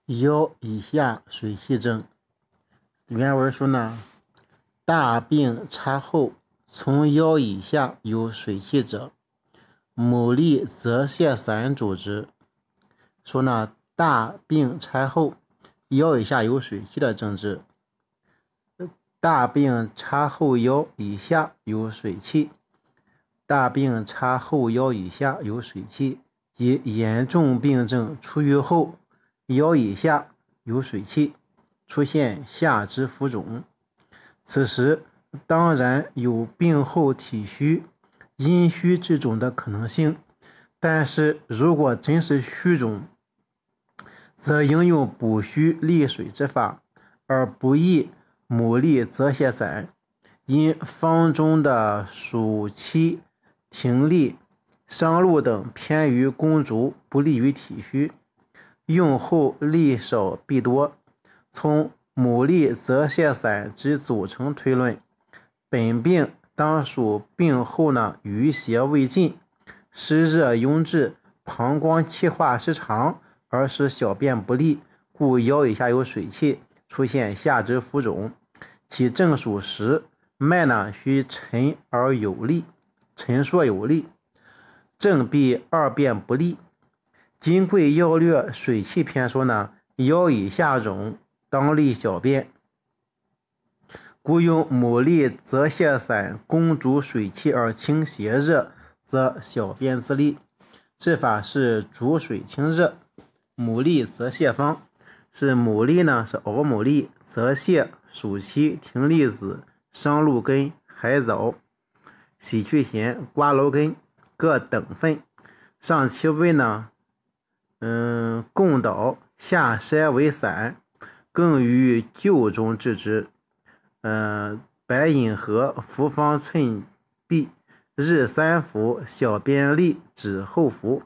腰以下水气症。原文说呢，大病查后从腰以下有水气者，牡蛎泽泻散主之。说呢，大病查后腰以下有水气的症治。大病查后腰以下有水气，大病查后腰以下有水气，即严重病症出于后腰以下有水气，出现下肢浮肿。此时当然有病后体虚、阴虚之种的可能性，但是如果真是虚肿，则应用补虚利水之法，而不宜牡蛎泽泻散。因方中的暑期、停利、商路等偏于攻逐，不利于体虚，用后利少弊多。从牡蛎泽泻散之组成推论，本病当属病后余邪未尽，湿热壅滞，膀胱气化失常，而使小便不利，故腰以下有水气，出现下肢浮肿。其症属实，脉须沉而有力，沉硕有力，症必二便不利。金匮要略水气篇说呢，腰以下肿，当利小便，故用牡蛎泽泻散攻逐水气而清邪热，则小便自利。治法是逐水清热。牡蛎泽泻方是牡蛎呢是熬牡蛎、泽泻、暑期、葶苈子、商鹿根、海藻、洗去咸、瓜蒌根各等份，上其味呢共捣，下筛为散，更于臼中治之。白饮和服方寸匕，日3服，小便利，止后服。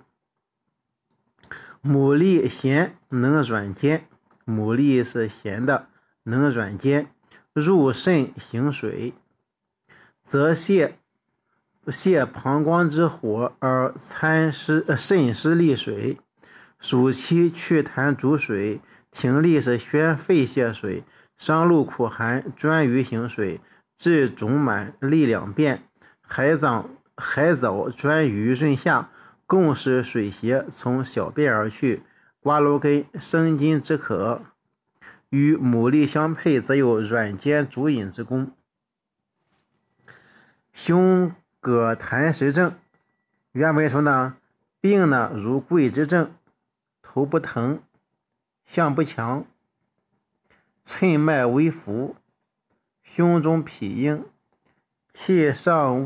牡蛎咸，能软坚，牡蛎是咸的，能软坚，入肾行水，则泻膀胱之火而参肾湿利水。暑期祛痰逐水，葶苈是宣肺泄水，商鹿苦寒，专于行水，治肿满，利两便，海藻专于润下，共使水邪从小便而去。瓜蒌根生津止渴，与牡蛎相配，则有软坚逐饮之功。胸膈痰实症。原文说呢，病如桂枝症，头不疼，象不强，寸脉微浮，胸中痞硬，气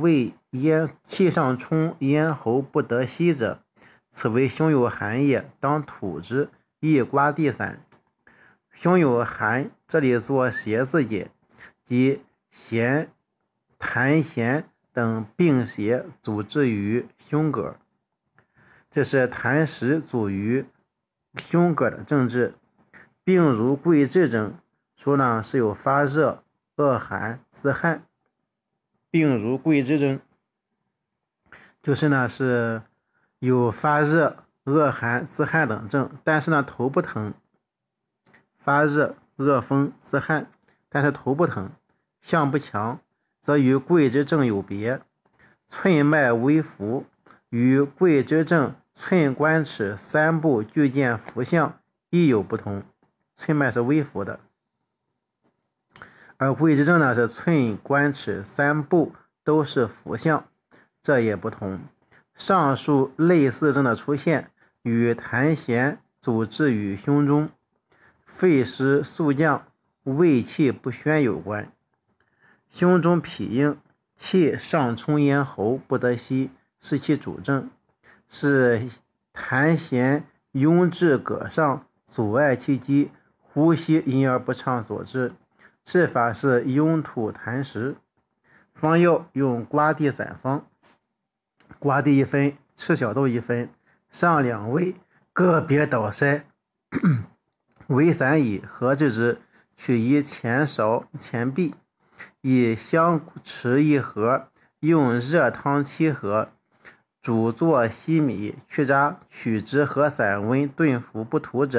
上冲咽喉不得息者，此为胸有寒也，当吐之，宜刮地散。胸有寒，这里做邪字解，即痰涎等病邪阻滞于胸膈，这是痰实阻于胸膈的症治。病如桂枝症，说呢是有发热、恶寒、自汗。病如桂枝症，就是呢是有发热、恶寒、自汗等症，但是呢头不疼，发热、恶风、自汗，但是头不疼，象不强，则与桂枝症有别。寸脉微浮，与桂枝症寸关尺3步俱见浮象亦有不同。寸脉是微浮的，而桂枝症呢是寸关尺3步都是浮象，这也不同。上述类似症的出现与痰涎阻滞于胸中，肺湿速降，胃气不宣有关。胸中痞硬，气上冲咽喉不得息，是其主症，是痰涎壅滞膈上，阻碍气机，呼吸因而不畅所致。治法是壅土痰实。方药用刮地散方，刮地1分，赤小豆1分，上2味，个别捣筛，为散以合治之，取一前勺前臂，以香池1盒，用热汤7合，煮作稀米，去渣，取之和散温炖服不吐者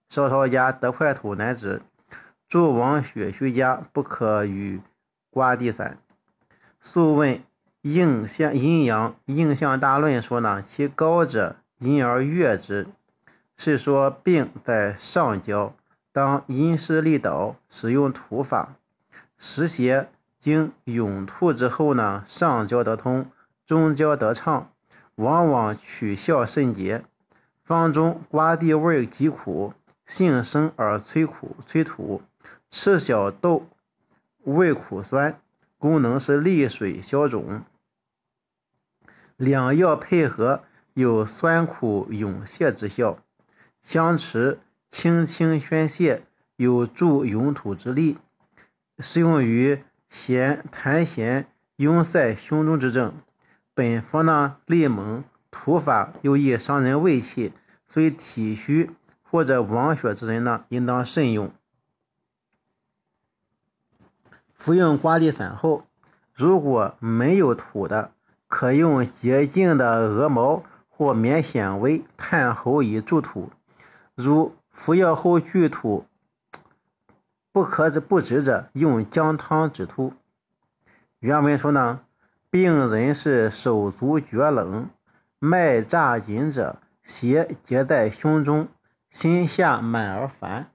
少朝家得块土乃止。诸王血虚家不可与刮地散。素问阴阳应象大论说呢，其高者阴而悦之，是说病在上焦，当阴湿利导，使用土法。实邪经涌吐之后呢，上焦得通，中焦得畅，往往取效甚捷。方中刮地味极苦，性生而催吐，赤小豆味苦酸，功能是利水消肿。两药配合，有酸苦涌泄之效。相持轻轻宣泄，有助涌吐之力，适用于痰涎壅塞胸中之症。本方呢力猛，土法又易伤人胃气，所以体虚或者亡血之人呢，应当慎用。服用刮地散后，如果没有土的，可用洁净的鹅毛或棉纤维探喉以助土。如服药后剧吐不止者，用姜汤止吐。原文说呢，病人是手足厥冷，脉乍紧者，邪结在胸中，心下满而烦，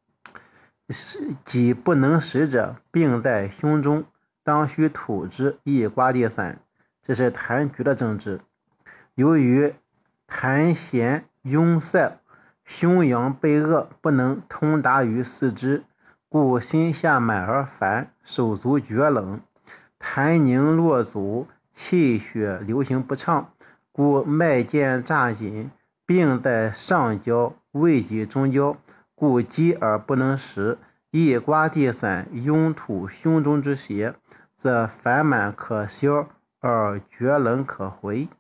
己不能食者，病在胸中，当须吐之，亦刮地散。这是痰厥的症治。由于痰涎壅塞，胸阳被遏，不能通达于四肢，故心下满而烦，手足厥冷，痰凝络阻，气血流行不畅，故脉见乍紧，病在上焦，未及中焦，故饥而不能食，亦刮地散壅吐胸中之邪，则烦满可消，而厥冷可回。